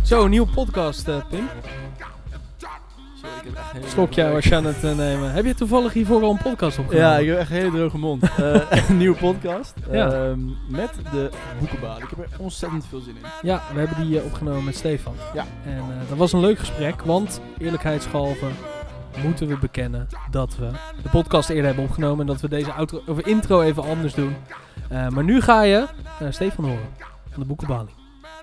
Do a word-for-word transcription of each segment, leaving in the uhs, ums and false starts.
Zo, een nieuwe podcast, uh, Pim. Slokje was je aan het uh, nemen. Heb je toevallig hiervoor al een podcast opgenomen? Ja, ik heb echt een hele droge mond. uh, een nieuwe podcast ja. uh, met de boekenbalen. Ik heb er ontzettend veel zin in. Ja, we hebben die uh, opgenomen met Stefan. Ja. En uh, dat was een leuk gesprek, want eerlijkheidshalve moeten we bekennen dat we de podcast eerder hebben opgenomen en dat we deze outro, of intro even anders doen. Uh, maar nu ga je uh, Stefan horen van de boekenbalie.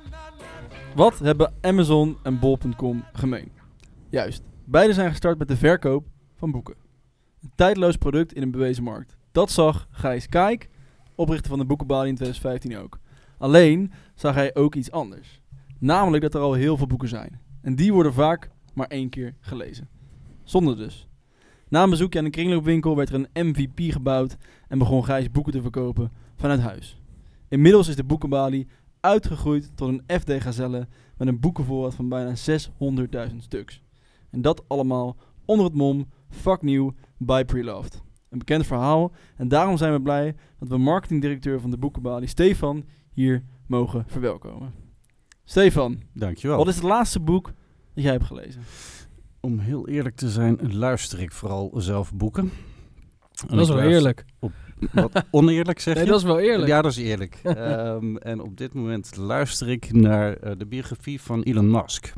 Wat hebben Amazon en bol punt com gemeen? Juist, beide zijn gestart met de verkoop van boeken. Een tijdloos product in een bewezen markt. Dat zag Gijs Kijk, oprichter van de boekenbalie in twintig vijftien ook. Alleen zag hij ook iets anders. Namelijk dat er al heel veel boeken zijn. En die worden vaak maar één keer gelezen. Zonde dus. Na een bezoekje aan een kringloopwinkel werd er een M V P gebouwd en begon Gijs boeken te verkopen vanuit huis. Inmiddels is de boekenbalie uitgegroeid tot een F D-gazelle met een boekenvoorraad van bijna zeshonderdduizend stuks. En dat allemaal onder het mom Fuck New by Preloved. Een bekend verhaal en daarom zijn we blij dat we marketingdirecteur van de boekenbalie Stefan hier mogen verwelkomen. Stefan, dankjewel. Wat is het laatste boek dat jij hebt gelezen? Om heel eerlijk te zijn, luister ik vooral zelf boeken. En dat is wel eerlijk. Op, wat oneerlijk zeg je? Nee, dat is wel eerlijk. Ja, dat is eerlijk. um, en op dit moment luister ik naar uh, de biografie van Elon Musk.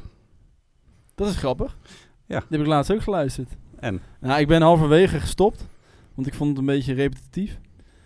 Dat is grappig. Ja. Die heb ik laatst ook geluisterd. En? Nou, ik ben halverwege gestopt, want ik vond het een beetje repetitief.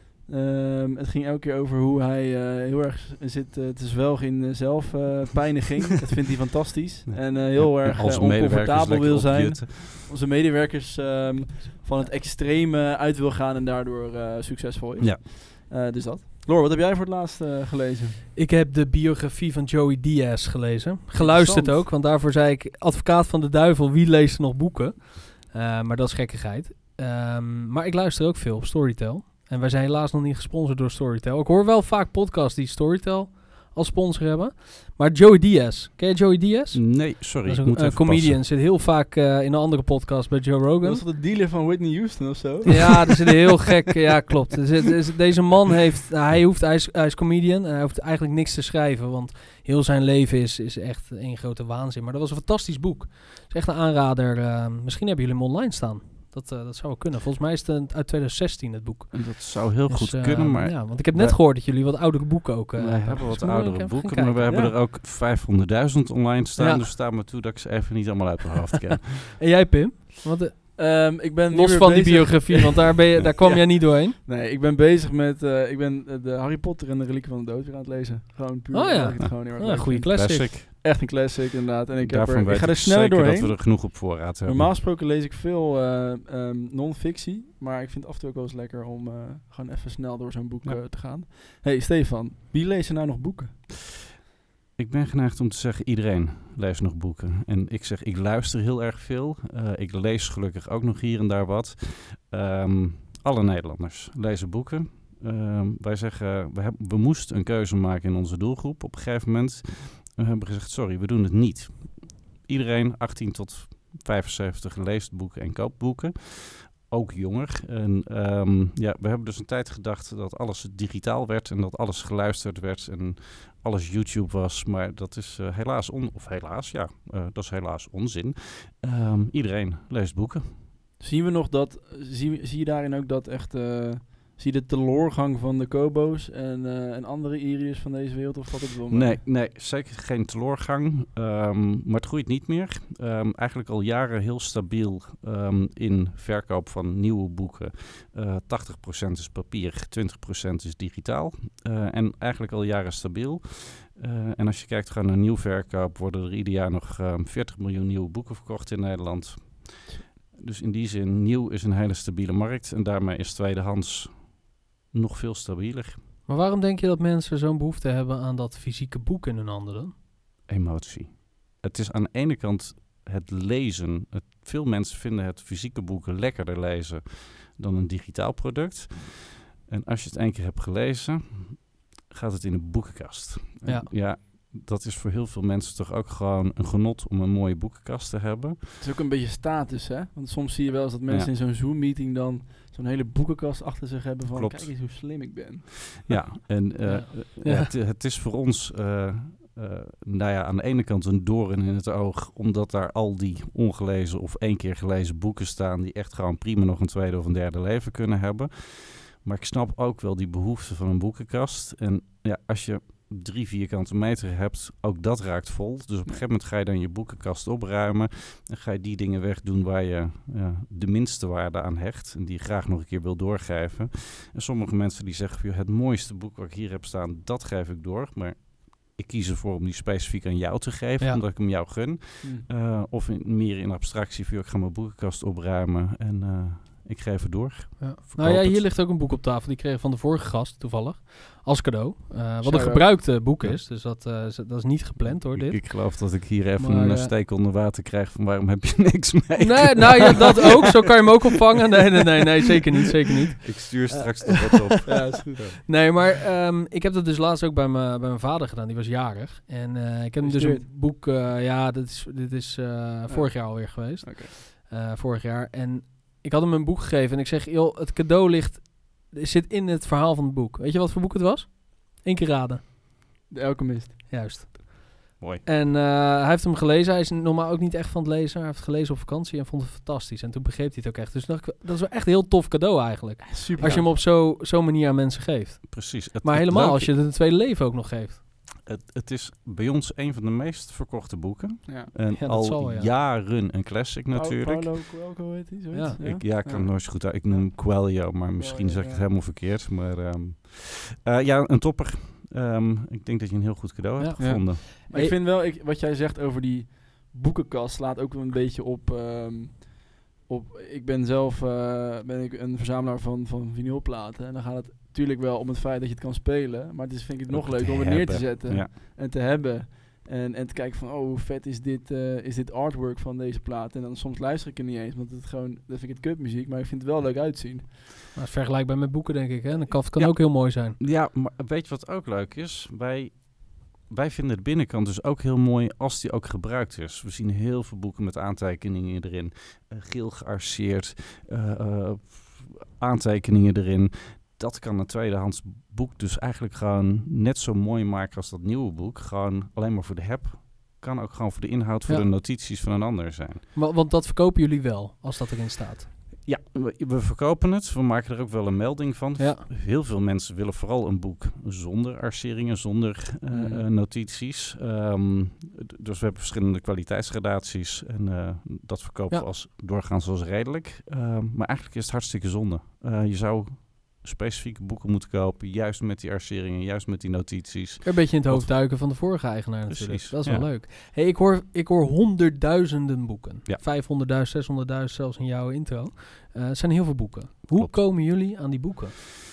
Um, het ging elke keer over hoe hij uh, heel erg zit uh, te zwelgen in uh, zelfpijniging. Uh, dat vindt hij fantastisch. Ja. En uh, heel ja, erg uh, oncomfortabel wil zijn. Opjutten. Onze medewerkers um, van het extreme uit wil gaan en daardoor uh, succesvol is. Ja. Uh, dus dat. Lor, wat heb jij voor het laatst uh, gelezen? Ik heb de biografie van Joey Diaz gelezen. Geluisterd ook, want daarvoor zei ik... Advocaat van de duivel, wie leest er nog boeken? Uh, maar dat is gekkigheid. Um, maar ik luister ook veel op Storytel. En wij zijn helaas nog niet gesponsord door Storytel. Ik hoor wel vaak podcasts die Storytel als sponsor hebben. Maar Joey Diaz. Ken je Joey Diaz? Nee, sorry. Dat is een uh, comedian. Zit heel vaak uh, in een andere podcast bij Joe Rogan. Was dat de dealer van Whitney Houston of zo? Ja, dat is heel gek. Ja, klopt. Dus deze man heeft... Hij, hoeft, hij, is, hij is comedian. En hij hoeft eigenlijk niks te schrijven. Want heel zijn leven is, is echt één grote waanzin. Maar dat was een fantastisch boek. Het is echt een aanrader. Uh, misschien hebben jullie hem online staan. Dat, uh, dat zou wel kunnen. Volgens mij is het uit twintig zestien het boek. Dat zou heel dus, goed uh, kunnen, maar... Ja, want ik heb net wij, gehoord dat jullie wat oudere boeken ook... Uh, wij hebben wat oudere boeken, maar we hebben ja. er ook vijfhonderdduizend online staan. Ja. Dus sta me toe dat ik ze even niet allemaal uit mijn hoofd ken. En jij, Pim? Wat, uh, Um, ik ben los van bezig. die biografie, want daar, ben je, daar kwam ja. jij niet doorheen. Nee, ik ben bezig met... Uh, ik ben uh, de Harry Potter en de Relieken van de Dood weer aan het lezen. Gewoon puur. Oh ja, ik het gewoon heel erg ja goede classic. classic. Echt een classic, inderdaad. En ik, heb er, ik ga er snel doorheen. dat we er genoeg op voorraad hebben. Normaal gesproken lees ik veel uh, um, non-fictie. Maar ik vind het af en toe ook wel eens lekker om uh, gewoon even snel door zo'n boek ja. uh, te gaan. Hey Stefan, wie leest er nou nog boeken? Ik ben geneigd om te zeggen, iedereen leest nog boeken. En ik zeg, ik luister heel erg veel. Uh, ik lees gelukkig ook nog hier en daar wat. Um, alle Nederlanders lezen boeken. Uh, wij zeggen, we, heb, we moesten een keuze maken in onze doelgroep. Op een gegeven moment we hebben gezegd, sorry, we doen het niet. Iedereen, achttien tot vijfenzeventig, leest boeken en koopt boeken. Ook jonger. En um, ja, we hebben dus een tijd gedacht dat alles digitaal werd en dat alles geluisterd werd en alles YouTube was. Maar dat is uh, helaas, on- of helaas, ja, uh, dat is helaas onzin. Um, iedereen leest boeken. Zien we nog dat, zie, zie je daarin ook dat echt, uh, zie je de teloorgang van de Kobo's en, uh, en andere Iriërs van deze wereld of wat het wel? Nee, nee, zeker geen teloorgang, um, maar het groeit niet meer. Um, eigenlijk al jaren heel stabiel um, in verkoop van nieuwe boeken. Uh, tachtig procent is papier, twintig procent is digitaal uh, en eigenlijk al jaren stabiel. Uh, en als je kijkt gewoon naar nieuw verkoop, worden er ieder jaar nog um, veertig miljoen nieuwe boeken verkocht in Nederland. Dus in die zin, nieuw is een hele stabiele markt en daarmee is tweedehands nog veel stabieler. Maar waarom denk je dat mensen zo'n behoefte hebben aan dat fysieke boek in hun handen dan? Emotie. Het is aan de ene kant het lezen. Het, veel mensen vinden het fysieke boeken lekkerder lezen dan een digitaal product. En als je het één keer hebt gelezen, gaat het in een boekenkast. Ja. En ja, dat is voor heel veel mensen toch ook gewoon een genot om een mooie boekenkast te hebben. Het is ook een beetje status, hè? Want soms zie je wel eens dat mensen ja. in zo'n Zoom-meeting dan zo'n hele boekenkast achter zich hebben van... Klopt. Kijk eens hoe slim ik ben. Ja, en uh, ja. Ja, het, het is voor ons uh, uh, nou ja, aan de ene kant een doorn in het oog, omdat daar al die ongelezen of één keer gelezen boeken staan die echt gewoon prima nog een tweede of een derde leven kunnen hebben. Maar ik snap ook wel die behoefte van een boekenkast. En ja, als je drie vierkante meter hebt, ook dat raakt vol. Dus op een gegeven moment ga je dan je boekenkast opruimen en ga je die dingen wegdoen waar je ja, de minste waarde aan hecht en die je graag nog een keer wil doorgeven. En sommige mensen die zeggen, het mooiste boek wat ik hier heb staan, dat geef ik door. Maar ik kies ervoor om die specifiek aan jou te geven, ja. omdat ik hem jou gun. Mm. Uh, of in, meer in abstractie, ik ga mijn boekenkast opruimen en uh, ik geef het door. Ja. Nou ja, hier ligt ook een boek op tafel. Die kreeg ik van de vorige gast, toevallig. Als cadeau. Uh, wat een gebruikte boek is. Dus dat, uh, dat is niet gepland hoor, dit. Ik, ik geloof dat ik hier even maar, een uh, steek onder water krijg van waarom heb je niks mee? Nee, nou ja, dat ook. Zo kan je hem ook opvangen. Nee, nee, nee, nee zeker niet. Zeker niet. Ik stuur straks nog wat op. Ja, is goed. Nee, maar um, ik heb dat dus laatst ook bij, me, bij mijn vader gedaan. Die was jarig. En uh, ik heb hem dus een boek... Uh, ja, dit is, dit is uh, ja. vorig jaar alweer geweest. Okay. Uh, vorig jaar. En ik had hem een boek gegeven. En ik zeg, joh, het cadeau ligt... zit in het verhaal van het boek. Weet je wat voor boek het was? Eén keer raden. De Alchemist. Juist. Mooi. En uh, hij heeft hem gelezen. Hij is normaal ook niet echt van het lezen. Hij heeft het gelezen op vakantie en vond het fantastisch. En toen begreep hij het ook echt. Dus dacht ik, dat is wel echt een heel tof cadeau eigenlijk. Ja, super. Als je hem op zo'n zo manier aan mensen geeft. Precies. Het, maar het helemaal leuke, als je het een tweede leven ook nog geeft. Het, het is bij ons een van de meest verkochte boeken. Ja. En ja, al zal, ja. jaren een classic natuurlijk. Paulo Coelho, hoe heet die? Ja. Ik, ja, ik kan het nooit zo goed uit. Ik noem hem Coelho, maar misschien ja, zeg ik ja. het helemaal verkeerd. Maar um, uh, ja, een topper. Um, ik denk dat je een heel goed cadeau ja. hebt gevonden. Ja. Maar ik vind wel, ik, wat jij zegt over die boekenkast slaat ook wel een beetje op... Um, op ik ben zelf uh, ben ik een verzamelaar van, van vinylplaten. En dan gaat het natuurlijk wel om het feit dat je het kan spelen. Maar het is, vind ik het nog leuk om het neer te zetten ja. en te hebben. En, en te kijken van, oh, hoe vet is dit, uh, is dit artwork van deze plaat. En dan soms luister ik er niet eens, want het gewoon, dat vind ik het kutmuziek. Maar ik vind het wel leuk uitzien. Maar het is vergelijkbaar met boeken, denk ik. Hè? Een kaft kan ja. ook heel mooi zijn. Ja, maar weet je wat ook leuk is? Wij, wij vinden de binnenkant dus ook heel mooi als die ook gebruikt is. We zien heel veel boeken met aantekeningen erin. Uh, geel gearseerd, uh, uh, aantekeningen erin. Dat kan een tweedehands boek dus eigenlijk gewoon net zo mooi maken als dat nieuwe boek. Gewoon alleen maar voor de heb. Kan ook gewoon voor de inhoud, voor ja. de notities van een ander zijn. Maar, want dat verkopen jullie wel, als dat erin staat? Ja, we, we verkopen het. We maken er ook wel een melding van. Ja. Heel veel mensen willen vooral een boek zonder arceringen, zonder uh, mm. uh, notities. Um, d- dus we hebben verschillende kwaliteitsgradaties. En uh, dat verkopen ja. we als, doorgaans als redelijk. Uh, maar eigenlijk is het hartstikke zonde. Uh, je zou... specifieke boeken moeten kopen, juist met die arceringen, juist met die notities. Een beetje in het hoofd duiken van de vorige eigenaar natuurlijk. Precies, dat is ja. wel leuk. Hey, ik hoor, ik hoor honderdduizenden boeken. Ja. vijfhonderdduizend, zeshonderdduizend zelfs in jouw intro. Uh, het zijn heel veel boeken. Hoe Klopt. komen jullie aan die boeken?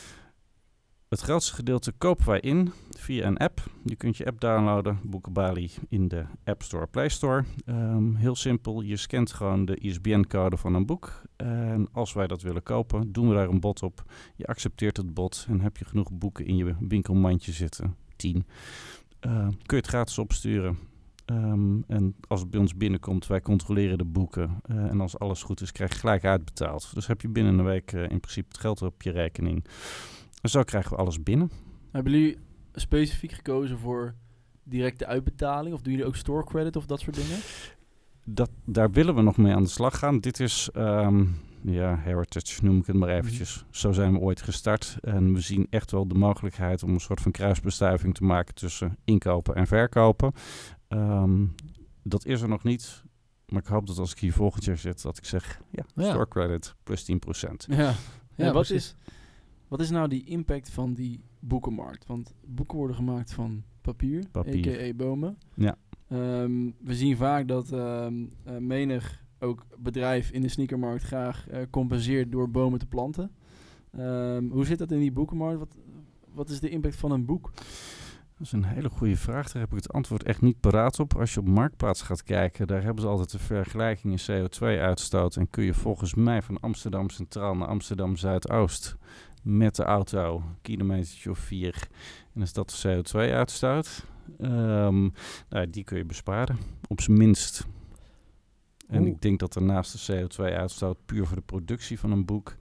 Het grootste gedeelte kopen wij in via een app. Je kunt je app downloaden, Boekenbali, in de App Store, Play Store. Um, heel simpel, je scant gewoon de I S B N-code van een boek. En als wij dat willen kopen, doen we daar een bod op. Je accepteert het bod en heb je genoeg boeken in je winkelmandje zitten, tien. Uh, kun je het gratis opsturen. Um, en als het bij ons binnenkomt, wij controleren de boeken. Uh, en als alles goed is, krijg je gelijk uitbetaald. Dus heb je binnen een week uh, in principe het geld op je rekening. En zo krijgen we alles binnen. Hebben jullie specifiek gekozen voor directe uitbetaling? Of doen jullie ook store credit of dat soort dingen? Dat, daar willen we nog mee aan de slag gaan. Dit is, um, ja, heritage noem ik het maar eventjes. Mm-hmm. Zo zijn we ooit gestart. En we zien echt wel de mogelijkheid om een soort van kruisbestuiving te maken tussen inkopen en verkopen. Um, dat is er nog niet. Maar ik hoop dat als ik hier volgend jaar zit, dat ik zeg, ja, ja. store credit plus tien procent. Ja, ja, ja wat is... Wat is nou die impact van die boekenmarkt? Want boeken worden gemaakt van papier, papier. a k a bomen. Ja. Um, we zien vaak dat um, uh, menig ook bedrijf in de sneakermarkt graag uh, compenseert door bomen te planten. Um, hoe zit dat in die boekenmarkt? Wat, wat is de impact van een boek? Dat is een hele goede vraag. Daar heb ik het antwoord echt niet paraat op. Als je op Marktplaats gaat kijken, daar hebben ze altijd de vergelijking in C O twee uitstoot. En kun je volgens mij van Amsterdam Centraal naar Amsterdam Zuidoost met de auto, kilometertje of vier. En is dat de C O twee uitstoot. Um, nou, die kun je besparen, op zijn minst. En Oeh. ik denk dat er naast de C O twee uitstoot puur voor de productie van een boek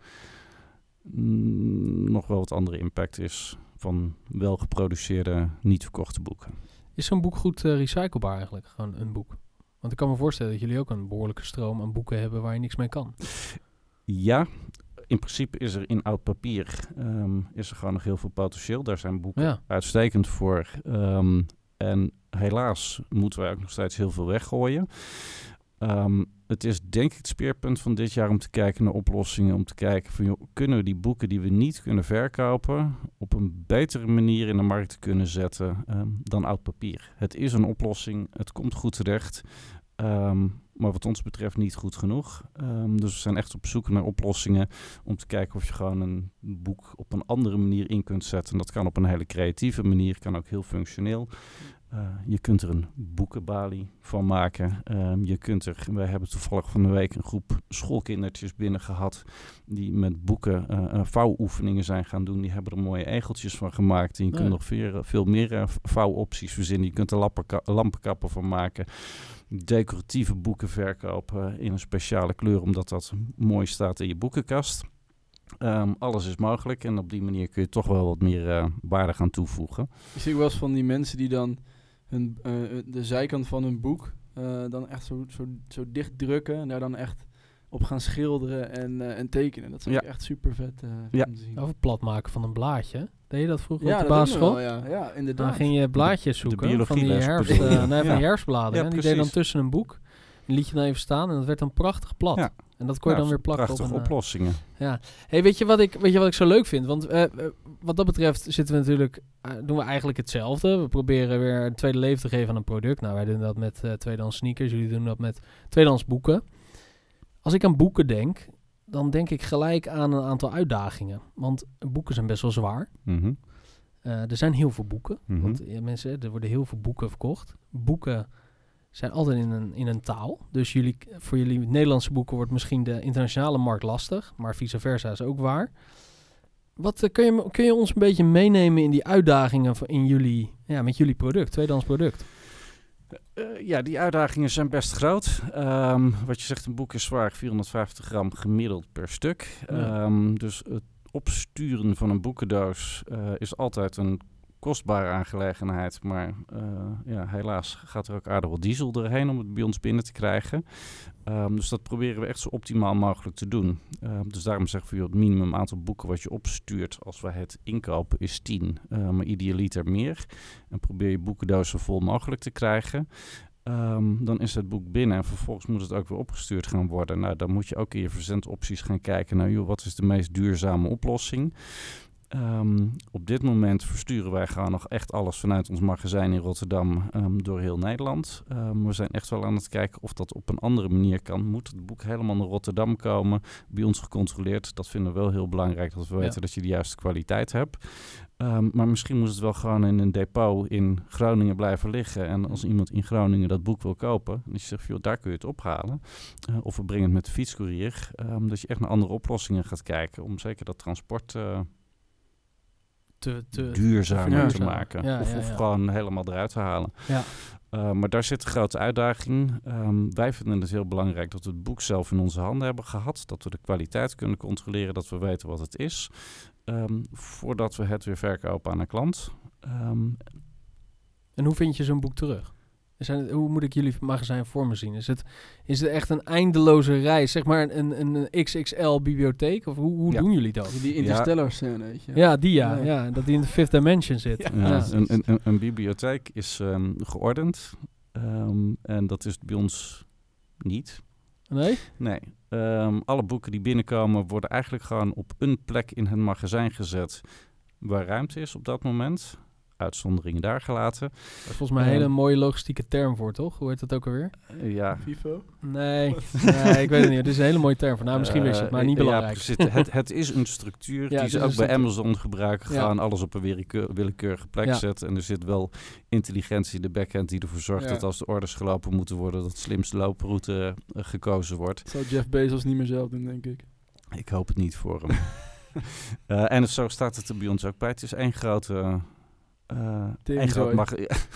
mm, nog wel wat andere impact is van wel geproduceerde, niet verkochte boeken. Is zo'n boek goed uh, recyclebaar eigenlijk? Gewoon een boek. Want ik kan me voorstellen dat jullie ook een behoorlijke stroom aan boeken hebben waar je niks mee kan. Ja, in principe is er in oud papier um, is er gewoon nog heel veel potentieel. Daar zijn boeken Ja. uitstekend voor. Um, en helaas moeten wij ook nog steeds heel veel weggooien. Um, het is denk ik het speerpunt van dit jaar om te kijken naar oplossingen. Om te kijken van, joh, kunnen we die boeken die we niet kunnen verkopen op een betere manier in de markt kunnen zetten um, dan oud papier. Het is een oplossing, het komt goed terecht. Um, maar wat ons betreft niet goed genoeg. Um, dus we zijn echt op zoek naar oplossingen om te kijken of je gewoon een boek op een andere manier in kunt zetten. Dat kan op een hele creatieve manier, kan ook heel functioneel. Uh, je kunt er een boekenbalie van maken. Um, je kunt er, wij hebben toevallig van de week een groep schoolkindertjes binnen gehad die met boeken uh, uh, vouwoefeningen zijn gaan doen. Die hebben er mooie egeltjes van gemaakt. En je Ja. kunt nog veel, veel meer uh, vouwopties verzinnen. Je kunt er lampenka- lampenkappen van maken. Decoratieve boeken verkopen in een speciale kleur, omdat dat mooi staat in je boekenkast. Um, alles is mogelijk en op die manier kun je toch wel wat meer uh, waarde gaan toevoegen. Ik zie ook wel eens van die mensen die dan hun, uh, de zijkant van hun boek uh, dan echt zo, zo, zo dicht drukken en daar dan echt op gaan schilderen en, uh, en tekenen. Dat is Ja. echt super vet uh, Ja. om te zien. Of het plat maken van een blaadje. Deed je dat vroeger Ja, op de dat doen we basisschool? wel, ja. ja, inderdaad. Dan ging je blaadjes De- de zoeken van die, biologieles herfst, bedoel je? uh, nee, van Ja. die herfstbladeren. Ja, die deed je dan precies. tussen een boek. En liet je dan even staan en dat werd dan prachtig plat. Ja. En dat kon je Nou, dan weer plakken op prachtige een... uh, oplossingen. Ja. Hey, weet je wat ik, weet je wat ik zo leuk vind? Want uh, uh, wat dat betreft zitten we natuurlijk, uh, doen we eigenlijk hetzelfde. We proberen weer een tweede leven te geven aan een product. Nou, wij doen dat met uh, tweedehands sneakers. Jullie doen dat met tweedehands boeken. Als ik aan boeken denk, dan denk ik gelijk aan een aantal uitdagingen. Want boeken zijn best wel zwaar. Mm-hmm. Uh, er zijn heel veel boeken. Mhm. Want ja, mensen, er worden heel veel boeken verkocht. Boeken zijn altijd in een, in een taal. Dus jullie, voor jullie Nederlandse boeken wordt misschien de internationale markt lastig. Maar vice versa is ook waar. Wat uh, kun, je, kun je ons een beetje meenemen in die uitdagingen van in jullie, ja, met jullie product, tweedehands product? Uh, ja, die uitdagingen zijn best groot. Um, wat je zegt, een boek is zwaar, vierhonderdvijftig gram gemiddeld per stuk. Ja. Um, dus het opsturen van een boekendoos uh, is altijd een kostbare aangelegenheid. Maar uh, ja, helaas gaat er ook aardig wat diesel doorheen om het bij ons binnen te krijgen. Um, dus dat proberen we echt zo optimaal mogelijk te doen. Um, dus daarom zeggen we, joh, het minimum aantal boeken wat je opstuurt als wij het inkopen is tien. Uh, maar idealiter meer. En probeer je boekendoos zo vol mogelijk te krijgen. Um, dan is het boek binnen en vervolgens moet het ook weer opgestuurd gaan worden. Nou, dan moet je ook in je verzendopties gaan kijken naar, joh, wat is de meest duurzame oplossing. Um, op dit moment versturen wij gewoon nog echt alles vanuit ons magazijn in Rotterdam um, door heel Nederland. Um, we zijn echt wel aan het kijken of dat op een andere manier kan. Moet het boek helemaal naar Rotterdam komen, bij ons gecontroleerd. Dat vinden we wel heel belangrijk, dat we weten Ja. dat je de juiste kwaliteit hebt. Um, maar misschien moet het wel gewoon in een depot in Groningen blijven liggen. En als iemand in Groningen dat boek wil kopen, dan zeg je, joh, daar kun je het ophalen. Uh, of we brengen het met de fietscourier. Um, dat je echt naar andere oplossingen gaat kijken om zeker dat transport uh, Te, te, duurzamer ja. te maken. Ja, of ja, of ja. gewoon helemaal eruit te halen. Ja. Uh, maar daar zit een grote uitdaging. Um, wij vinden het heel belangrijk dat we het boek zelf in onze handen hebben gehad. Dat we de kwaliteit kunnen controleren, dat we weten wat het is. Um, voordat we het weer verkopen aan een klant. Um, En hoe vind je zo'n boek terug? Zijn, hoe moet ik jullie magazijn voor me zien? Is het, is het echt een eindeloze reis? Zeg maar een, een, een X X L bibliotheek? Of hoe, hoe Ja. doen jullie dat? Die Interstellar scène, weet je. Ja, die ja, Ja. ja. Dat die in de fifth dimension zit. ja, Ja. Een, een, een, een bibliotheek is um, geordend. Um, en dat is bij ons niet. Nee? Nee. Um, alle boeken die binnenkomen worden eigenlijk gewoon op een plek in het magazijn gezet waar ruimte is op dat moment. Uitzonderingen daar gelaten. Dat is volgens mij een Um, hele mooie logistieke term voor, toch? Hoe heet dat ook alweer? Uh, ja. FIFO? Nee, nee, ik weet het niet. Het is een hele mooie term voor. Nou, misschien wist je het, maar Uh, niet ja, belangrijk. precies. het, het is een structuur Ja, die het ze is ook een bij structuur. Amazon gebruiken. Ja. Gewoon alles op een willekeur, willekeurige plek Ja. zetten. En er zit wel intelligentie in de backend die ervoor zorgt Ja. dat als de orders gelopen moeten worden, dat de slimste looproute uh, gekozen wordt. Dat zou Jeff Bezos niet meer zelf doen, denk ik. Ik hoop het niet voor hem. uh, en zo staat het er bij ons ook bij. Het is één grote... Uh, één groot mag-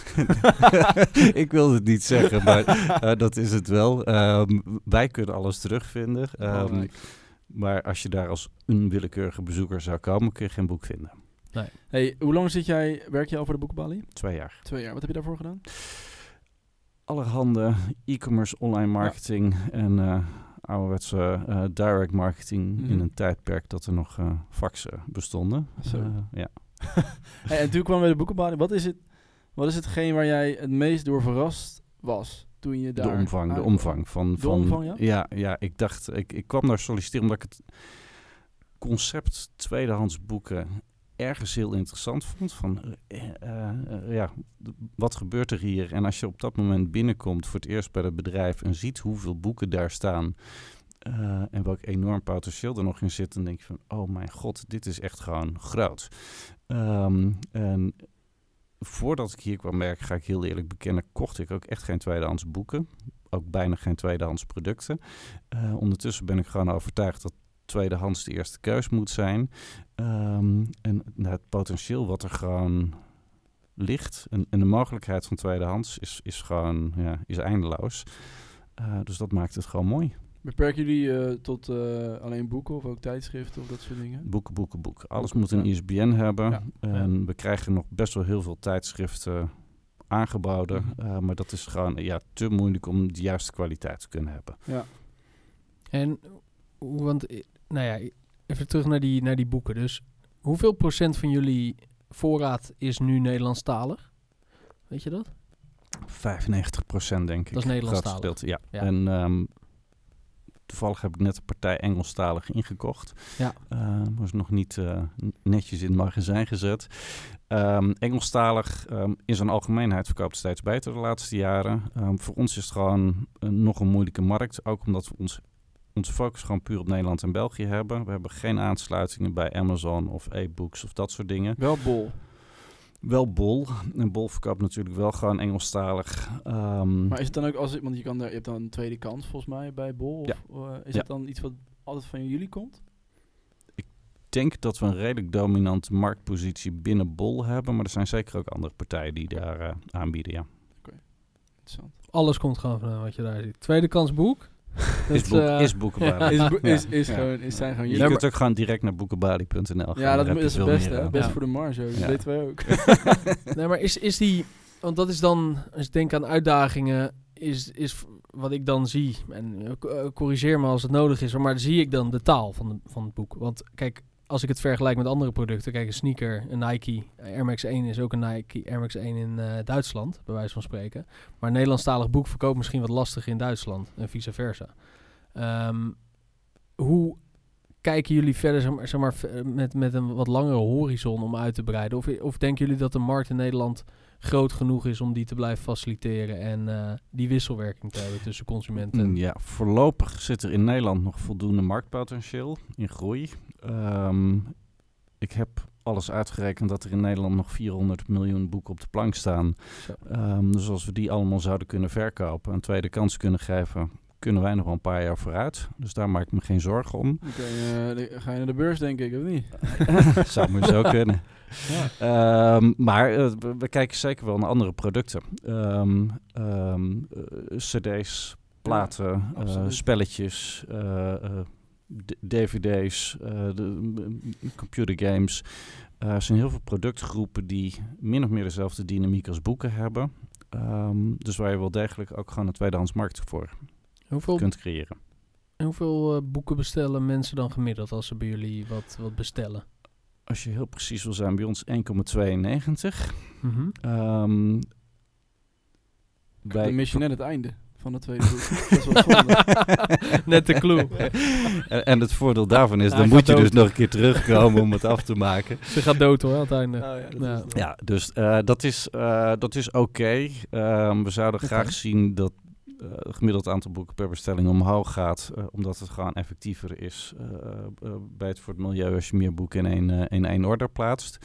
ik wilde het niet zeggen, maar uh, dat is het wel. Um, wij kunnen alles terugvinden. Um, Belangrijk. maar als je daar als een willekeurige bezoeker zou komen, kun je geen boek vinden. Nee. Hey, hoe lang zit jij, werk je al voor de Boekenbalie? Twee jaar. Twee jaar. Wat heb je daarvoor gedaan? Allerhande e-commerce, online marketing ja. en uh, ouderwetse uh, direct marketing mm-hmm. in een tijdperk dat er nog uh, faxen bestonden. Zo. Uh, ja. Hey, en toen kwam bij de Boekenbalie. Wat is het, wat is hetgeen waar jij het meest door verrast was toen je daar... De omvang, aankwam? de omvang van... De van omvang, ja? Ja, ja ik dacht, ik, ik kwam daar solliciteren omdat ik het concept tweedehands boeken ergens heel interessant vond. Van, uh, uh, uh, ja, wat gebeurt er hier? En als je op dat moment binnenkomt voor het eerst bij het bedrijf en ziet hoeveel boeken daar staan uh, en welk enorm potentieel er nog in zit, dan denk je van, oh mijn god, dit is echt gewoon groot. Um, en voordat ik hier kwam werken, ga ik heel eerlijk bekennen, kocht ik ook echt geen tweedehands boeken. Ook bijna geen tweedehands producten. Uh, ondertussen ben ik gewoon overtuigd dat tweedehands de eerste keus moet zijn. Um, en nou, het potentieel wat er gewoon ligt en, en de mogelijkheid van tweedehands is, is gewoon ja, is eindeloos. Uh, dus dat maakt het gewoon mooi. Beperken jullie uh, tot uh, alleen boeken of ook tijdschriften of dat soort dingen? Boeken, boeken, boeken. Alles boeken, moet een ja. I S B N hebben. Ja. En ja. we krijgen nog best wel heel veel tijdschriften aangeboden. Mm-hmm. Uh, maar dat is gewoon ja, te moeilijk om de juiste kwaliteit te kunnen hebben. Ja. En, want, nou ja, even terug naar die, naar die boeken. Dus hoeveel procent van jullie voorraad is nu Nederlandstalig? Weet je dat? vijfennegentig procent denk ik. Dat is Nederlandstalig. Ja. ja. En um, toevallig heb ik net een partij Engelstalig ingekocht. Ja. Uh, was nog niet uh, netjes in het magazijn gezet. Um, Engelstalig um, in zijn algemeenheid verkoopt steeds beter de laatste jaren. Um, voor ons is het gewoon uh, nog een moeilijke markt. Ook omdat we ons, onze focus gewoon puur op Nederland en België hebben. We hebben geen aansluitingen bij Amazon of e-books of dat soort dingen. Wel Bol. Wel Bol. En Bol verkoopt natuurlijk wel gewoon Engelstalig. Um, maar is het dan ook als... Want je, kan daar, je hebt dan een tweede kans volgens mij bij Bol. Of, ja. uh, is ja. het dan iets wat altijd van jullie komt? Ik denk dat we een redelijk dominante marktpositie binnen Bol hebben. Maar er zijn zeker ook andere partijen die daar uh, aanbieden, ja. Oké, okay. Interessant. Alles komt gewoon van wat je daar ziet. Tweede kans boek. Is, boek, uh, is Boekenbalie. is, bo- is, is ja. gewoon, is zijn gewoon je kunt ook gewoon direct naar boekenbalie punt n l gaan. Ja, dat is het beste. Hè? Best ja. voor de marge. Dat ja. weten wij ook. Nee, maar is, is die... Want dat is dan... Als ik denk aan uitdagingen... Is, is wat ik dan zie... En uh, corrigeer me als het nodig is. Maar dan zie ik dan de taal van, de, van het boek. Want kijk... Als ik het vergelijk met andere producten... Kijk, een sneaker, een Nike... Air Max één is ook een Nike Air Max één in uh, Duitsland. Bij wijze van spreken. Maar een Nederlandstalig boek verkoopt misschien wat lastiger in Duitsland. En vice versa. Um, hoe kijken jullie verder zeg maar, zeg maar, met, met een wat langere horizon om uit te breiden? Of, of denken jullie dat de markt in Nederland groot genoeg is om die te blijven faciliteren en uh, die wisselwerking te hebben tussen consumenten? Ja, voorlopig zit er in Nederland nog voldoende marktpotentieel in groei. Um, ik heb alles uitgerekend dat er in Nederland nog vierhonderd miljoen boeken op de plank staan. Um, dus als we die allemaal zouden kunnen verkopen, een tweede kans kunnen geven, kunnen wij nog wel een paar jaar vooruit. Dus daar maak ik me geen zorgen om. Okay, uh, de, ga je naar de beurs, denk ik, of niet? Zou maar zo kunnen. Ja. Um, maar uh, we, we kijken zeker wel naar andere producten. Um, um, uh, cd's, platen, ja, uh, spelletjes, uh, uh, d- dvd's, uh, de, uh, computergames. Er uh, zijn heel veel productgroepen die min of meer dezelfde dynamiek als boeken hebben. Um, dus waar je wel degelijk ook gewoon een tweedehands markt voor Hoeveel, kunt creëren. En hoeveel uh, boeken bestellen mensen dan gemiddeld als ze bij jullie wat, wat bestellen? Als je heel precies wil zijn, bij ons één komma tweeënnegentig. Mm-hmm. Um, bij... Dan mis je net het einde van het tweede boek. Dat is wel zonde. Net de clue. en, en het voordeel daarvan is, ja, dan moet je dood. dus nog een keer terugkomen om het af te maken. Ze gaat dood hoor, aan het einde. Oh, ja, ja. ja, dus uh, dat is, uh, dat is oké. Okay. Um, we zouden okay. graag zien dat Uh, het gemiddeld aantal boeken per bestelling omhoog gaat, uh, omdat het gewoon effectiever is uh, uh, bij het voor het milieu als je meer boeken in één, uh, in één order plaatst.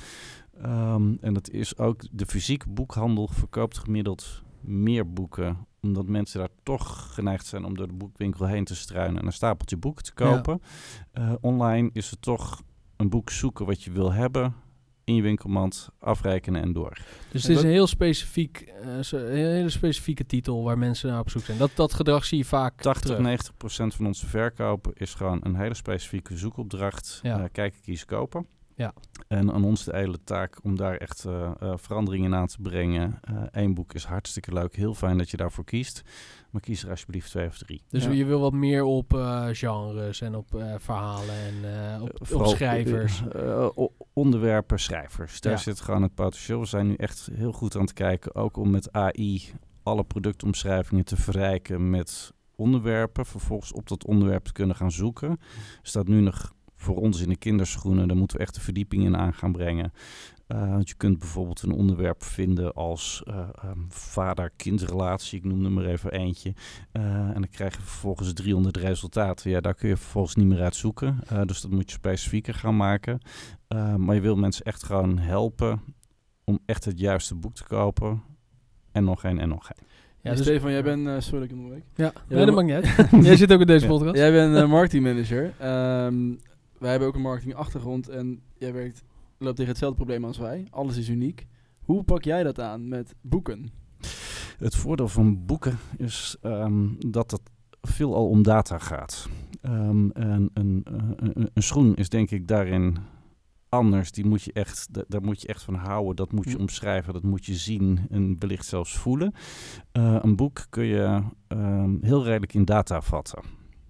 Um, en dat is ook, de fysieke boekhandel verkoopt gemiddeld meer boeken, omdat mensen daar toch geneigd zijn om door de boekwinkel heen te struinen en een stapeltje boeken te kopen. Ja. Uh, online is het toch een boek zoeken wat je wil hebben, in je winkelmand, afrekenen en door. Dus het is een heel specifiek, uh, een hele specifieke titel waar mensen naar op zoek zijn. Dat, dat gedrag zie je vaak tachtig, terug. negentig procent van onze verkopen is gewoon een hele specifieke zoekopdracht. Ja. Uh, kijken, kiezen, kopen. Ja. En aan ons de hele taak om daar echt uh, uh, veranderingen aan te brengen. Eén uh, boek is hartstikke leuk. Heel fijn dat je daarvoor kiest. Maar kies er alsjeblieft twee of drie. Dus ja. je wil wat meer op uh, genres en op uh, verhalen en uh, op, uh, op schrijvers. Uh, uh, onderwerpen, schrijvers. Daar ja. zit gewoon het potentieel. We zijn nu echt heel goed aan het kijken. Ook om met A I alle productomschrijvingen te verrijken met onderwerpen. Vervolgens op dat onderwerp te kunnen gaan zoeken. Er staat nu nog voor ons in de kinderschoenen. Daar moeten we echt de verdieping in aan gaan brengen. Uh, want je kunt bijvoorbeeld een onderwerp vinden als uh, um, vader-kindrelatie. Ik noem er maar even eentje. Uh, en dan krijg je vervolgens driehonderd resultaten. Ja, daar kun je vervolgens niet meer uit zoeken. Uh, dus dat moet je specifieker gaan maken. Uh, maar je wil mensen echt gewoon helpen om echt het juiste boek te kopen. En nog één en nog één. Ja, dus Stefan, jij bent... Uh, sorry, ik onderbreek. Ja, nee, dat maakt niet uit. Jij zit ook in deze ja. podcast. Jij bent uh, marketingmanager. Um, wij hebben ook een marketingachtergrond en jij werkt, loopt tegen hetzelfde probleem als wij. Alles is uniek. Hoe pak jij dat aan met boeken? Het voordeel van boeken is um, dat het veel al om data gaat. Um, en een, een, een schoen is denk ik daarin anders. Die moet je echt, d- daar moet je echt van houden. Dat moet je hm. omschrijven, dat moet je zien en wellicht zelfs voelen. Uh, een boek kun je um, heel redelijk in data vatten.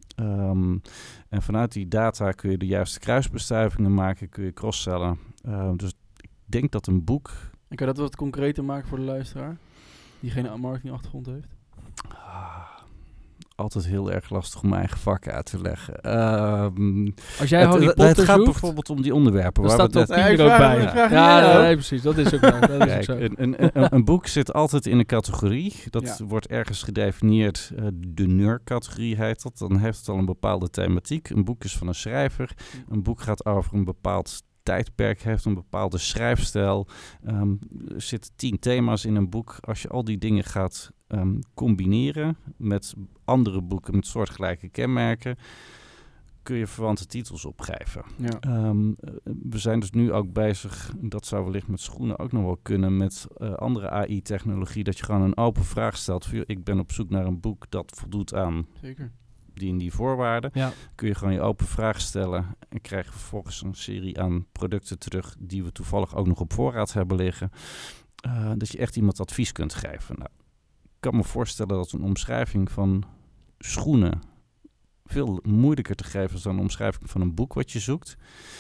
Um, en vanuit die data kun je de juiste kruisbestuivingen maken, kun je cross-sellen. Uh, dus ik denk dat een boek... En kan je dat wat concreter maken voor de luisteraar? Die geen marketingachtergrond heeft? Ah, altijd heel erg lastig om mijn eigen vak uit te leggen. Um, Als jij het, Harry het, Potter het gaat zoekt, bijvoorbeeld om die onderwerpen. Dan waar staat we top het tien er ook bij. Ja, Ja, ja, nee, nee, precies. Dat is ook, dat is Kijk, ook zo. Een, een, een, een, een boek zit altijd in een categorie. Dat ja. wordt ergens gedefinieerd. Uh, de nerd-categorie heet dat. Dan heeft het al een bepaalde thematiek. Een boek is van een schrijver. Een boek gaat over een bepaald tijdperk, heeft een bepaalde schrijfstijl. Um, er zitten tien thema's in een boek. Als je al die dingen gaat um, combineren met andere boeken met soortgelijke kenmerken, kun je verwante titels opgeven. Ja. Um, we zijn dus nu ook bezig, dat zou wellicht met schoenen ook nog wel kunnen, met uh, andere A I-technologie, dat je gewoon een open vraag stelt. Ik ben op zoek naar een boek dat voldoet aan Zeker. die en die voorwaarden. Ja. Kun je gewoon je open vraag stellen en krijg je vervolgens een serie aan producten terug die we toevallig ook nog op voorraad hebben liggen. Uh, dat je echt iemand advies kunt geven. Nou, ik kan me voorstellen dat een omschrijving van schoenen veel moeilijker te geven is dan een omschrijving van een boek wat je zoekt.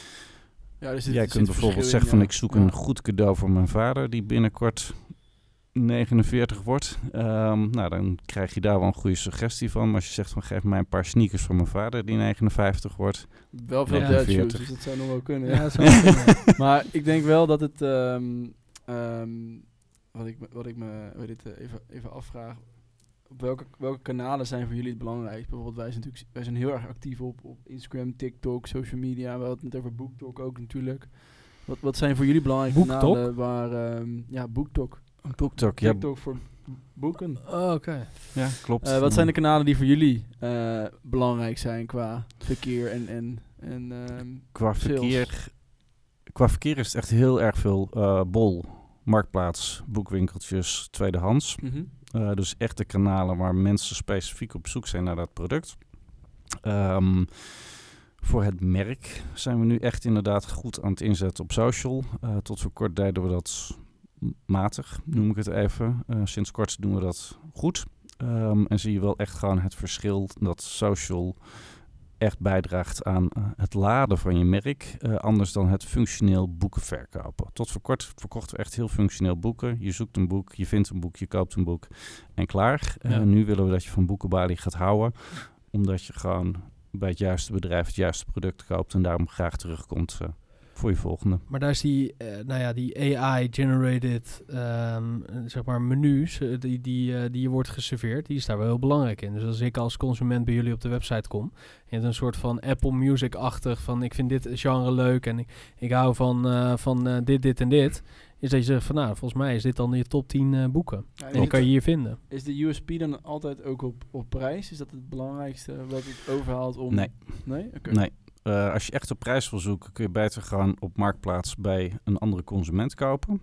Ja, dus Jij kunt bijvoorbeeld zeggen van ja. ik zoek ja. een goed cadeau voor mijn vader die binnenkort negenenveertig wordt. Um, nou, dan krijg je daar wel een goede suggestie van. Maar als je zegt van geef mij een paar sneakers voor mijn vader die negenenvijftig wordt. Wel veel ja. dad shoes, dus dat zou nog wel kunnen. Ja, ja. Dat zou wel kunnen. Maar ik denk wel dat het... Um, um, wat ik, wat ik me weet het, even, even afvraag. Op welke, welke kanalen zijn voor jullie het belangrijkst? Bijvoorbeeld wij zijn natuurlijk wij zijn heel erg actief op, op Instagram, TikTok, social media. We hadden het net over BookTok ook natuurlijk. Wat, wat zijn voor jullie belangrijke BookTok? kanalen waar... Um, ja, BookTok. BookTok, ja. TikTok voor boeken. Oh, oké. Okay. Ja, klopt. Uh, wat zijn de kanalen die voor jullie uh, belangrijk zijn qua verkeer en... en, en um, qua, verkeer, qua verkeer is het echt heel erg veel uh, bol, marktplaats, boekwinkeltjes, tweedehands. Mm-hmm. Uh, dus echte kanalen waar mensen specifiek op zoek zijn naar dat product. Um, voor het merk zijn we nu echt inderdaad goed aan het inzetten op social. Uh, tot voor kort deden we dat matig, noem ik het even. Uh, sinds kort doen we dat goed. Um, en zie je wel echt gewoon het verschil dat social echt bijdraagt aan uh, het laden van je merk. Uh, anders dan het functioneel boeken verkopen. Tot voor kort verkochten we echt heel functioneel boeken. Je zoekt een boek, je vindt een boek, je koopt een boek en klaar. Uh, ja. Nu willen we dat je van Boekenbalie gaat houden. Omdat je gewoon bij het juiste bedrijf het juiste product koopt. En daarom graag terugkomt uh, voor je volgende. Maar daar is die, uh, nou ja, die A I-generated um, zeg maar menus uh, die, die, uh, die je wordt geserveerd, die is daar wel heel belangrijk in. Dus als ik als consument bij jullie op de website kom, je hebt een soort van Apple Music-achtig van ik vind dit genre leuk en ik, ik hou van, uh, van uh, dit, dit en dit, is dat je zegt van nou, volgens mij is dit dan je top tien uh, boeken. Ja, en die kan je hier vinden. Is de U S P dan altijd ook op, op prijs? Is dat het belangrijkste wat het overhaalt om... Nee. Nee? Okay. Nee. Uh, als je echt op prijs wil zoeken, kun je beter gewoon op Marktplaats bij een andere consument kopen.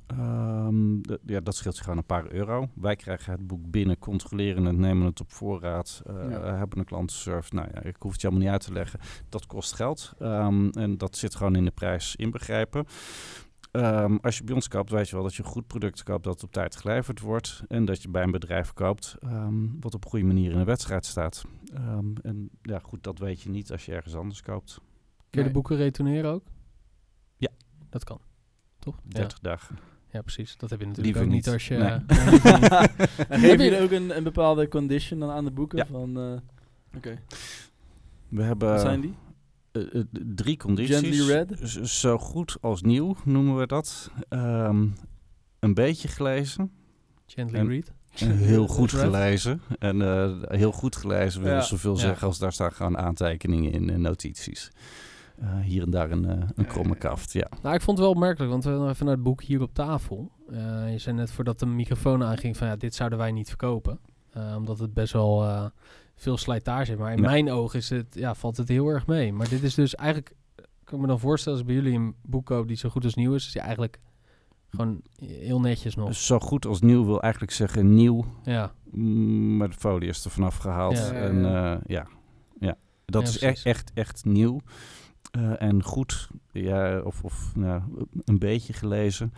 Um, de, ja, dat scheelt zich gewoon een paar euro. Wij krijgen het boek binnen, controleren het, nemen het op voorraad, uh, ja. hebben een klantenservice. Nou ja, ik hoef het je allemaal niet uit te leggen. Dat kost geld um, en dat zit gewoon in de prijs inbegrepen. Um, als je bij ons koopt, weet je wel dat je een goed product koopt dat op tijd geleverd wordt. En dat je bij een bedrijf koopt um, wat op een goede manier in de wedstrijd staat. Um, en ja, goed, dat weet je niet als je ergens anders koopt. Kun je nee. de boeken retourneren ook? Ja. Dat kan, toch? dertig ja. dagen. Ja, precies. Dat heb je natuurlijk liever ook niet niet als je... Nee. Uh, Geef je er ook een, een bepaalde condition dan aan de boeken? Ja. Van, uh, Oké. Okay. We hebben... Wat zijn die? Uh, uh, drie condities. Gently read? Z- zo goed als nieuw noemen we dat. Um, een beetje gelezen. Gently en, read? En heel goed gelezen. En uh, heel goed gelezen wil ja. zoveel ja. zeggen als daar staan gewoon aantekeningen in en notities. Uh, hier en daar een, uh, een kromme kaft, ja. Nou, ik vond het wel opmerkelijk, want we hebben even naar het boek hier op tafel. Uh, je zei net voordat de microfoon aanging van ja, dit zouden wij niet verkopen. Uh, omdat het best wel uh, veel slijtage heeft. Maar in ja. mijn ogen is het, ja, valt het heel erg mee. Maar dit is dus eigenlijk, kan ik me dan voorstellen als bij jullie een boek koop die zo goed als nieuw is, is die eigenlijk gewoon heel netjes nog. Zo goed als nieuw wil eigenlijk zeggen nieuw, ja. m- maar de folie is er vanaf gehaald. Ja. En uh, ja, ja, dat ja, is echt, echt, echt nieuw. Uh, en goed, ja, of, of nou, een beetje gelezen,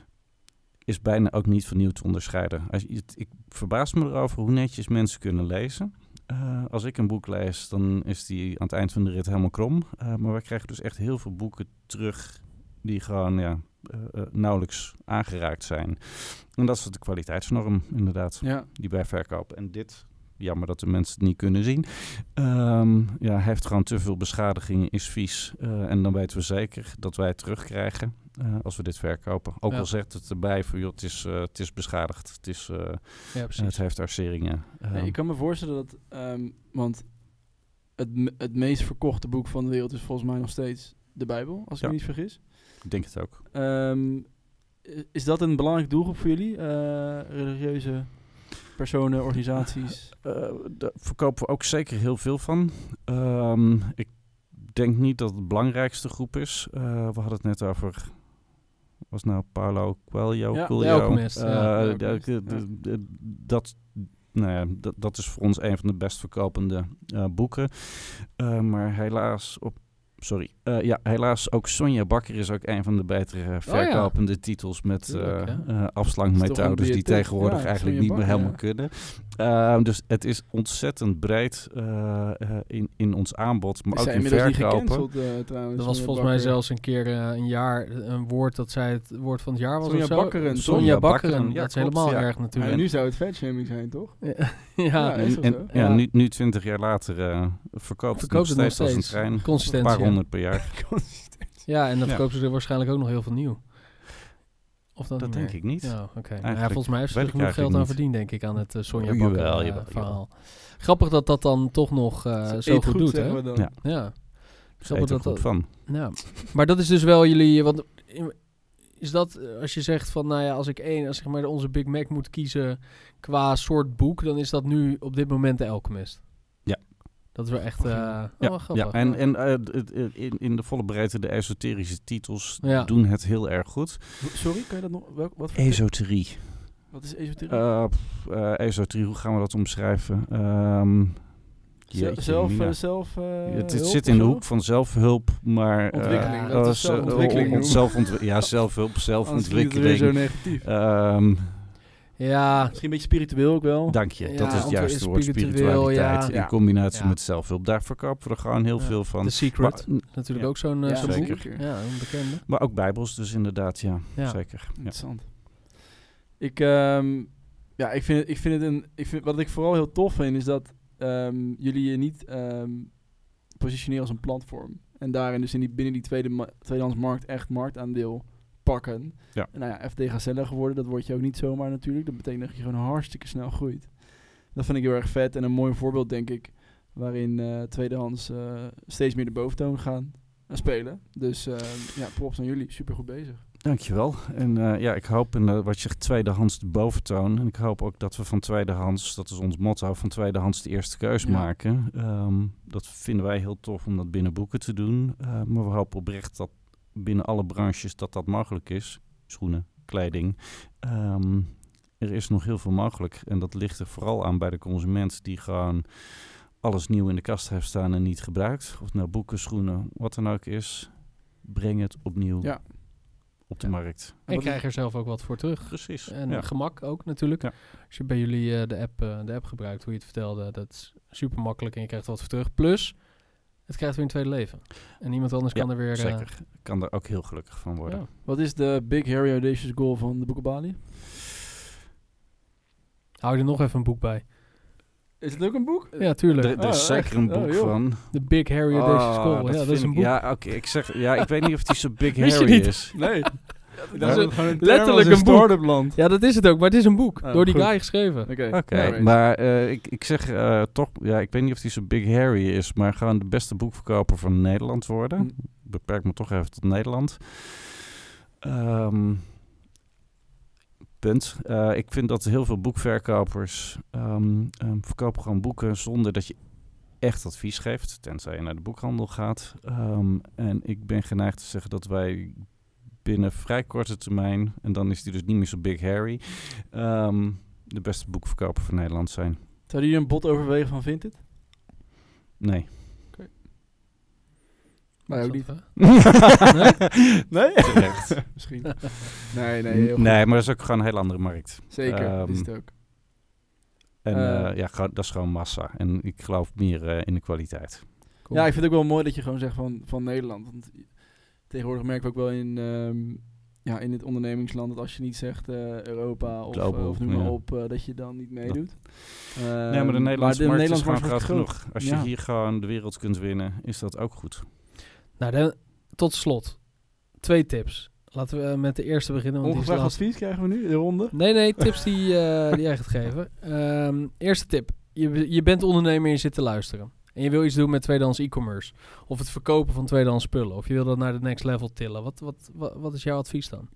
is bijna ook niet van nieuw te onderscheiden. Als je, het, ik verbaas me erover hoe netjes mensen kunnen lezen. Uh, als ik een boek lees, dan is die aan het eind van de rit helemaal krom. Uh, maar we krijgen dus echt heel veel boeken terug die gewoon ja, uh, uh, nauwelijks aangeraakt zijn. En dat is de kwaliteitsnorm, inderdaad, ja. die wij verkopen. En dit... Jammer dat de mensen het niet kunnen zien. Um, ja, hij heeft gewoon te veel beschadigingen, is vies. Uh, en dan weten we zeker dat wij het terugkrijgen uh, als we dit verkopen. Ook ja. al zegt het erbij van, joh, het is, uh, het is beschadigd. Het, is, uh, ja, uh, het heeft arceringen. Um, nee, ik kan me voorstellen dat... Um, want het, m- het meest verkochte boek van de wereld is volgens mij nog steeds de Bijbel, als ik ja. me niet vergis. Ik denk het ook. Um, is dat een belangrijk doelgroep voor jullie? Uh, religieuze... personen, organisaties? Uh, daar verkopen we ook zeker heel veel van. Um, ik denk niet dat het de belangrijkste groep is. Uh, we hadden het net over... was nou Paulo Coelho? Ja, Coelho. de Alchemist. Uh, ja, de de, de, de, de, dat, nou ja, dat, dat is voor ons een van de best verkopende uh, boeken. Uh, maar helaas... op Sorry. Uh, ja, helaas ook Sonja Bakker is ook een van de betere verkopende oh, ja. titels met uh, ja. uh, afslankmethodes die tegenwoordig ja, eigenlijk Sonja niet Bakker, meer helemaal ja. kunnen. Uh, dus het is ontzettend breed uh, uh, in, in ons aanbod, maar is ook in verkopen. Uh, trouwens, dat was volgens mij zelfs een keer uh, een jaar een woord dat zij het woord van het jaar was. Sonja Bakkeren. Sonja Bakkeren. Ja, dat is helemaal ja. erg natuurlijk. Ja, nu zou het fatshaming zijn, toch? ja, ja. En, en, ja, ja. Nu, nu twintig jaar later uh, verkoopt het nog steeds als een trein. Consistentie. Een paar honderd per jaar. Ja, en dan ja. verkopen ze er waarschijnlijk ook nog heel veel nieuw. Of dat dat denk ik niet. Ja, oké. Okay. Nou ja, volgens mij heeft ze er genoeg geld aan verdiend, denk ik, aan het uh, Sonja oh, Bakker jawel, uh, jawel, verhaal. Jawel. Grappig dat dat dan toch nog uh, zo, zo goed, goed doet, hè? We dan. Ja. ja. Grappig dat goed van. Ja. Maar dat is dus wel jullie... Want is dat, als je zegt van, nou ja, als ik één, als zeg maar onze Big Mac moet kiezen qua soort boek, dan is dat nu op dit moment de Alchemist. Ja. Dat is wel echt uh, ja, oh, grappig. Ja, en, en uh, in, in de volle breedte de esoterische titels ja. doen het heel erg goed. Sorry, kan je dat nog? Welk, wat voor Esoterie. Wat is esoterie? Uh, uh, esoterie, hoe gaan we dat omschrijven? Um, Jeetje, zelf, uh, zelf uh, het, het zit in de hoek van zelfhulp, maar... Ontwikkeling, uh, dat is zelfontwikkeling. Uh, zelfontw- ja, zelfhulp, zelfontwikkeling. Zo negatief. Um, ja. Misschien een beetje spiritueel ook wel. Dank je, ja, dat is het juiste woord, spiritualiteit. Ja. In combinatie ja. met zelfhulp. Daar verkopen we er gewoon heel ja. veel van. The Secret, maar, natuurlijk ja. ook zo'n, uh, ja, zo'n zeker. boek. Ja, een bekende. Maar ook bijbels dus inderdaad, ja, ja. zeker. Interessant. Ja. Ik, um, ja, ik vind het, ik vind het een... Ik vind, wat ik vooral heel tof vind, is dat um, jullie je niet um, positioneren als een platform. En daarin dus in die, binnen die tweede ma- tweedehandsmarkt echt marktaandeel pakken. Ja. En nou ja, F D gaat sneller geworden, dat word je ook niet zomaar natuurlijk. Dat betekent dat je gewoon hartstikke snel groeit. Dat vind ik heel erg vet en een mooi voorbeeld, denk ik, waarin uh, tweedehands uh, steeds meer de boventoon gaan uh, spelen. Dus uh, ja, props aan jullie, super goed bezig. Dankjewel. En uh, ja, ik hoop in uh, wat je zegt, tweedehands de boventoon. En ik hoop ook dat we van tweedehands, dat is ons motto, van tweedehands de eerste keus ja. maken. Um, dat vinden wij heel tof om dat binnen boeken te doen. Uh, maar we hopen oprecht dat binnen alle branches dat dat mogelijk is. Schoenen, kleding. Um, er is nog heel veel mogelijk. En dat ligt er vooral aan bij de consument die gewoon alles nieuw in de kast heeft staan en niet gebruikt. Of het nou boeken, schoenen, wat dan ook is. Breng het opnieuw Ja. op de Ja. markt. En ik krijg er zelf ook wat voor terug. Precies. En ja. gemak ook natuurlijk. Ja. Als je bij jullie uh, de, app, uh, de app gebruikt, hoe je het vertelde, dat is super makkelijk en je krijgt er wat voor terug. Plus, het krijgt weer een tweede leven. En iemand anders Ja, kan er weer... Uh, zeker. Kan er ook heel gelukkig van worden. Ja. Wat is de Big Hairy Audacious Goal van de Boek op Bali? Hou je er nog even een boek bij. Is het ook een boek? Ja, tuurlijk. Er, er is Oh, zeker echt? een boek Oh, joh. van. De Big Hairy Audacious Oh, Goal. Ja, dat vind is een ik- boek. Ja, oké. ik zeg, ja, ik weet niet of die zo big Wist je hairy niet? is. Nee. Dat is een- gewoon een letterlijk een boek. start-up land. Ja, dat is het ook, maar het is een boek. Oh, door die goed. guy geschreven. Oké, Oké, ja, maar eh, ik, ik zeg eh, toch, ja, ik weet niet of die zo big hairy is, maar gewoon de beste boekverkoper van Nederland worden. Hm. Beperk me toch even tot Nederland. Ehm, punt. Uh, ik vind dat heel veel boekverkopers um, um, verkopen gewoon boeken zonder dat je echt advies geeft, tenzij je naar de boekhandel gaat. Um, en ik ben geneigd te zeggen dat wij binnen vrij korte termijn, en dan is die dus niet meer zo big hairy, um, de beste boekverkoper van Nederland zijn. Zou die een bod overwegen van Vinted? Nee. Wij ook niet. Nee? Nee? Terecht. Misschien. Nee, nee. Heel goed. Nee, maar dat is ook gewoon een hele andere markt. Zeker, Um, is het ook. En Uh, uh, ja, gewoon- dat is gewoon massa. En ik geloof meer uh, in de kwaliteit. Cool. Ja, ik vind het ook wel mooi dat je gewoon zegt van, van Nederland. Want tegenwoordig merken we ook wel in, um, ja, in het ondernemingsland dat als je niet zegt uh, Europa of, Global, uh, of noem maar ja. op, uh, dat je dan niet meedoet. Uh, nee, maar de Nederlandse de markt Nederlandse is gewoon markt groot wordt genoeg. Als je Ja. hier gewoon de wereld kunt winnen, is dat ook goed. Nou, dan, tot slot. Twee tips. Laten we uh, met de eerste beginnen. Want die is Ongevraagd de laatste. advies krijgen we nu, de ronde. Nee, nee, tips die, uh, die jij gaat geven. Um, eerste tip. Je, je bent ondernemer en je zit te luisteren. En je wil iets doen met tweedehands e-commerce. Of het verkopen van tweedehands spullen. Of je wil dat naar de next level tillen. Wat, wat, wat, wat is jouw advies dan?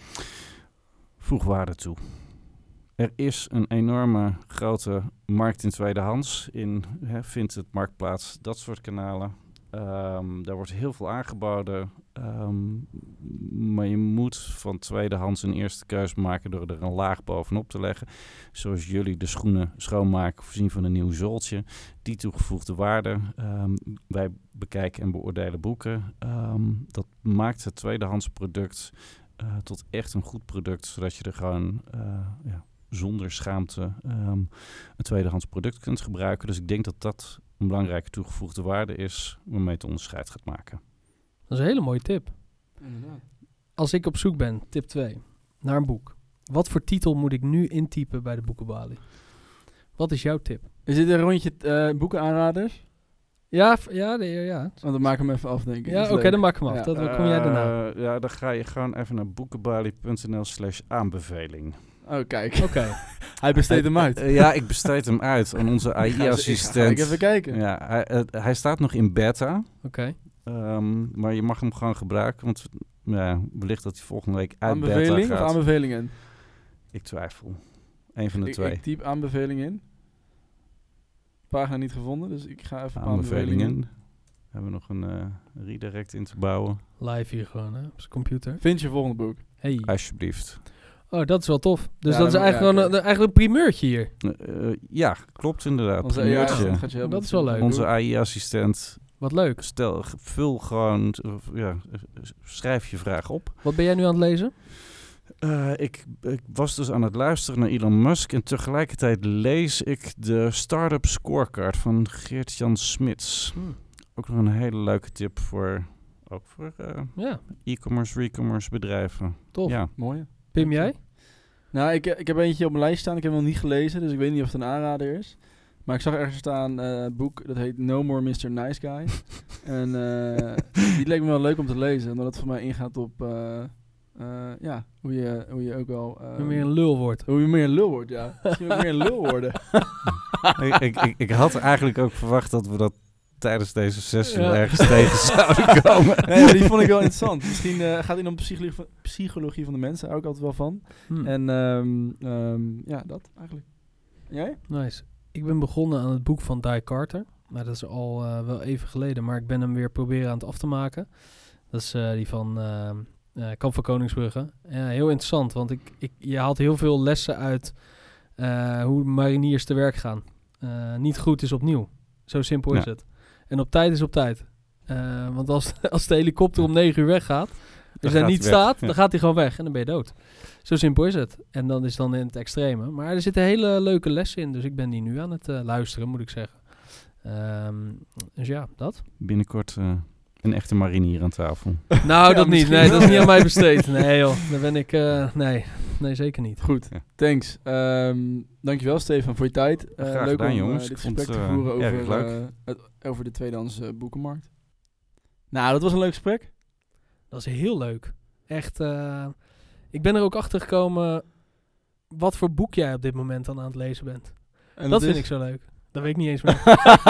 Voeg waarde toe. Er is een enorme grote markt in tweedehands. In hè, Vinted, Marktplaats, dat soort kanalen. Um, daar wordt heel veel aangeboden. Um, maar je moet van tweedehands een eerste keuze maken door er een laag bovenop te leggen. Zoals jullie de schoenen schoonmaken, voorzien van een nieuw zooltje. Die toegevoegde waarde. Um, wij bekijken en beoordelen boeken. Um, dat maakt het tweedehands product uh, tot echt een goed product. Zodat je er gewoon uh, ja, zonder schaamte um, een tweedehands product kunt gebruiken. Dus ik denk dat dat een belangrijke toegevoegde waarde is waarmee het onderscheid gaat maken. Dat is een hele mooie tip. Inderdaad. Als ik op zoek ben, tip twee, naar een boek. Wat voor titel moet ik nu intypen bij de Boekenbalie? Wat is jouw tip? Is dit een rondje uh, boekenaanraders? Ja, f- ja, de, ja. Want dan maak ik hem even af, denk ik. Ja, Dat oké, is leuk. dan maak ik hem af. Ja. Dat, dan kom jij daarna. Uh, ja, dan ga je gewoon even naar boekenbalie.nl slash aanbeveling. Oh, kijk. Oké. Hij besteedt hem uit. Uh, ja, ik besteed hem uit aan onze Ik ga- ik ga A I-assistent. even kijken. Ja, hij, uh, hij staat nog in beta, Oké. um, maar je mag hem gewoon gebruiken, want ja, wellicht dat hij volgende week uit beta Aanbeveling of gaat. aanbevelingen? Ik twijfel. Eén van de Ik, twee. ik typ aanbeveling in. Pagina niet gevonden, dus ik ga even op aanbevelingen. Aanbevelingen. We hebben nog een uh, redirect in te bouwen. Live hier gewoon, hè, op zijn computer. Vind je volgende boek? Hey. Alsjeblieft. Oh, dat is wel tof. Dus Ja, dat is dan- eigenlijk, ja, gewoon oké. een, eigenlijk een primeurtje hier. Uh, uh, ja, klopt inderdaad. Onze Primeurtje. ja, gaat je helpen. Dat is wel leuk. Onze A I-assistent. Wat leuk. Stel, g- vul gewoon, uh, ja, uh, schrijf je vraag op. Wat ben jij nu aan het lezen? Uh, ik, ik was dus aan het luisteren naar Elon Musk en tegelijkertijd lees ik de Startup Scorecard van Geert-Jan Smits. Hmm. Ook nog een hele leuke tip voor, ook voor uh, Ja, e-commerce, re-commerce bedrijven. tof. Ja. Mooi. Pim, jij? Nou, ik, ik heb eentje op mijn lijst staan. Ik heb hem nog niet gelezen, dus ik weet niet of het een aanrader is. Maar ik zag ergens staan uh, een boek, dat heet No More mister Nice Guy. en uh, die leek me wel leuk om te lezen, omdat het voor mij ingaat op uh, uh, ja, hoe, je, hoe je ook wel... Uh, Hoe meer een lul wordt. Hoe je meer een lul wordt, ja. Misschien ook meer een lul worden. ik, ik, ik, ik had eigenlijk ook verwacht dat we dat tijdens deze sessie Ja. ergens tegen zouden komen. Nee, maar die vond ik wel interessant. Misschien uh, gaat in om psychologie van, psychologie van de mensen, daar hou ik altijd wel van. Hmm. En um, um, ja, dat eigenlijk. En jij? Nice. Ik ben begonnen aan het boek van Di Carter. Maar dat is al uh, wel even geleden, maar ik ben hem weer proberen aan het af te maken. Dat is uh, die van uh, Uh, Kamp van Koningsbrugge. Uh, heel interessant, want ik, ik, je haalt heel veel lessen uit uh, hoe mariniers te werk gaan. Uh, niet goed is opnieuw. Zo simpel is Ja. het. En op tijd is op tijd. Uh, want als, als de helikopter om negen uur weggaat, als hij niet hij weg. staat, Ja. dan gaat hij gewoon weg en dan ben je dood. Zo simpel is het. En dan is het dan in het extreme. Maar er zitten hele leuke lessen in, dus ik ben die nu aan het uh, luisteren, moet ik zeggen. Um, dus ja, dat. Binnenkort uh, een echte marinier aan tafel. Nou, Ja, dat niet. misschien Nee, dat is wel. niet aan mij besteed. Nee joh, daar ben ik... Uh, nee. nee, zeker niet. Goed, Ja. thanks. Um, dankjewel Stefan voor je tijd. Uh, Graag leuk gedaan, om jongens. uh, dit Ik vond gesprek te het, uh, voeren erg over, leuk. uh, het, over de tweedehands uh, boekenmarkt. Nou, dat was een leuk gesprek. Dat is heel leuk. Echt, uh, ik ben er ook achter gekomen wat voor boek jij op dit moment dan aan het lezen bent. En dat is vind ik zo leuk. Dat weet ik niet eens meer.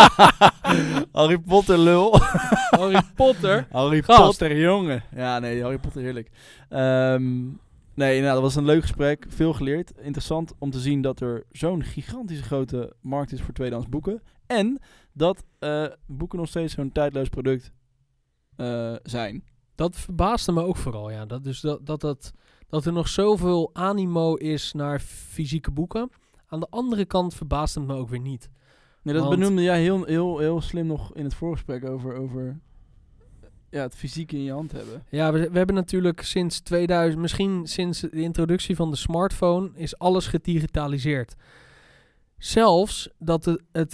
Harry Potter lul. Harry Potter? Harry Gast. Potter, jongen. Ja, nee, Harry Potter, heerlijk. Um, nee, nou, dat was een leuk gesprek. Veel geleerd. Interessant om te zien dat er zo'n gigantische grote markt is voor tweedehands boeken. En dat uh, boeken nog steeds zo'n tijdloos product uh, zijn. Dat verbaasde me ook vooral, ja. Dat, dus dat, dat, dat, dat er nog zoveel animo is naar fysieke boeken. Aan de andere kant verbaast het me ook weer niet. Nee, dat Want- benoemde jij heel, heel, heel slim nog in het voorgesprek over, over ja, het fysieke in je hand hebben. Ja, we, we hebben natuurlijk sinds tweeduizend, misschien sinds de introductie van de smartphone, is alles gedigitaliseerd. Zelfs dat het, het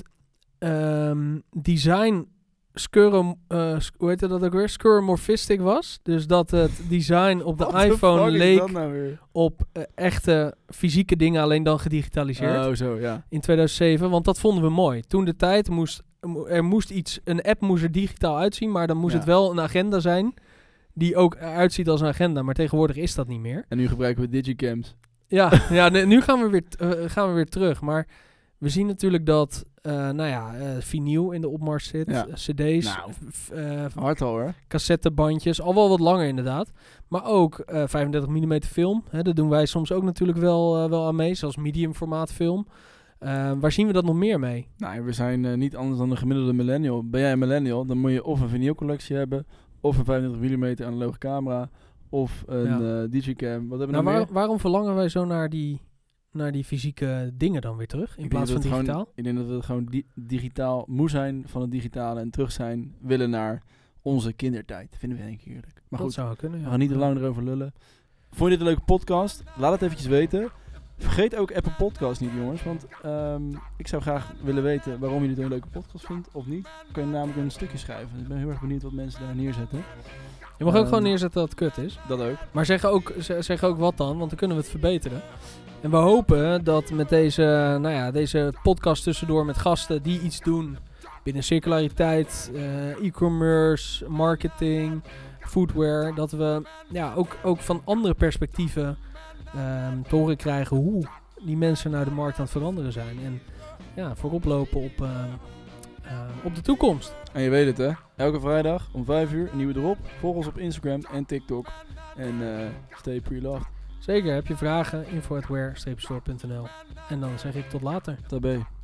um, design scuro, uh, sc- hoe heet dat ook weer? Scuromorphistic was. Dus dat het design op de What the iPhone fuck is leek dat nou weer? op uh, echte fysieke dingen, alleen dan gedigitaliseerd. Oh, zo, ja. In tweeduizend zeven, want dat vonden we mooi. Toen de tijd moest er moest iets, een app moest er digitaal uitzien, maar dan moest Ja. het wel een agenda zijn die ook eruit ziet als een agenda. Maar tegenwoordig is dat niet meer. En nu gebruiken we digicams. Ja, ja ne- nu gaan we, weer t- uh, gaan we weer terug. Maar we zien natuurlijk dat, uh, nou ja, uh, vinyl in de opmars zit, Ja. uh, cd's, Nou. f- uh, Hard al, hoor. cassettebandjes, al wel wat langer inderdaad. Maar ook uh, vijfendertig millimeter film. Hè, dat doen wij soms ook natuurlijk wel, uh, wel aan mee, zoals medium formaat film. Uh, waar zien we dat nog meer mee? Nou, we zijn uh, niet anders dan een gemiddelde millennial. Ben jij een millennial, dan moet je of een vinylcollectie hebben, of een vijfendertig millimeter analoge camera, of een Ja. uh, digicam. Wat hebben we Nou, nog waar- meer? waarom verlangen wij zo naar die, naar die fysieke dingen dan weer terug, in Ik plaats denk van dat het digitaal? Gewoon, ik denk dat we het gewoon di- digitaal moe zijn van het digitale en terug zijn willen naar onze kindertijd. Vinden we denk ik heerlijk. Maar dat goed, zou kunnen, ja. we gaan niet te lang erover lullen. Vond je dit een leuke podcast? Laat het eventjes weten. Vergeet ook Apple Podcast niet, jongens. Want um, ik zou graag willen weten waarom je dit een leuke podcast vindt of niet. Dan kun je namelijk een stukje schrijven. Ik ben heel erg benieuwd wat mensen daar neerzetten. Je mag ook Ehm, gewoon neerzetten dat het kut is. Dat ook. Maar zeg ook, z- zeg ook wat dan, want dan kunnen we het verbeteren. En we hopen dat met deze, nou ja, deze podcast tussendoor met gasten die iets doen binnen circulariteit, uh, e-commerce, marketing, foodwear, dat we ja, ook, ook van andere perspectieven um, te horen krijgen hoe die mensen naar de markt aan het veranderen zijn. En ja, voorop lopen op, uh, uh, op de toekomst. En je weet het, hè. Elke vrijdag om vijf uur een nieuwe erop. Volg ons op Instagram en TikTok. En uh, stay pre-loved. Zeker, heb je vragen, info at wear dash store punt n l. En dan zeg ik tot later. Tabé.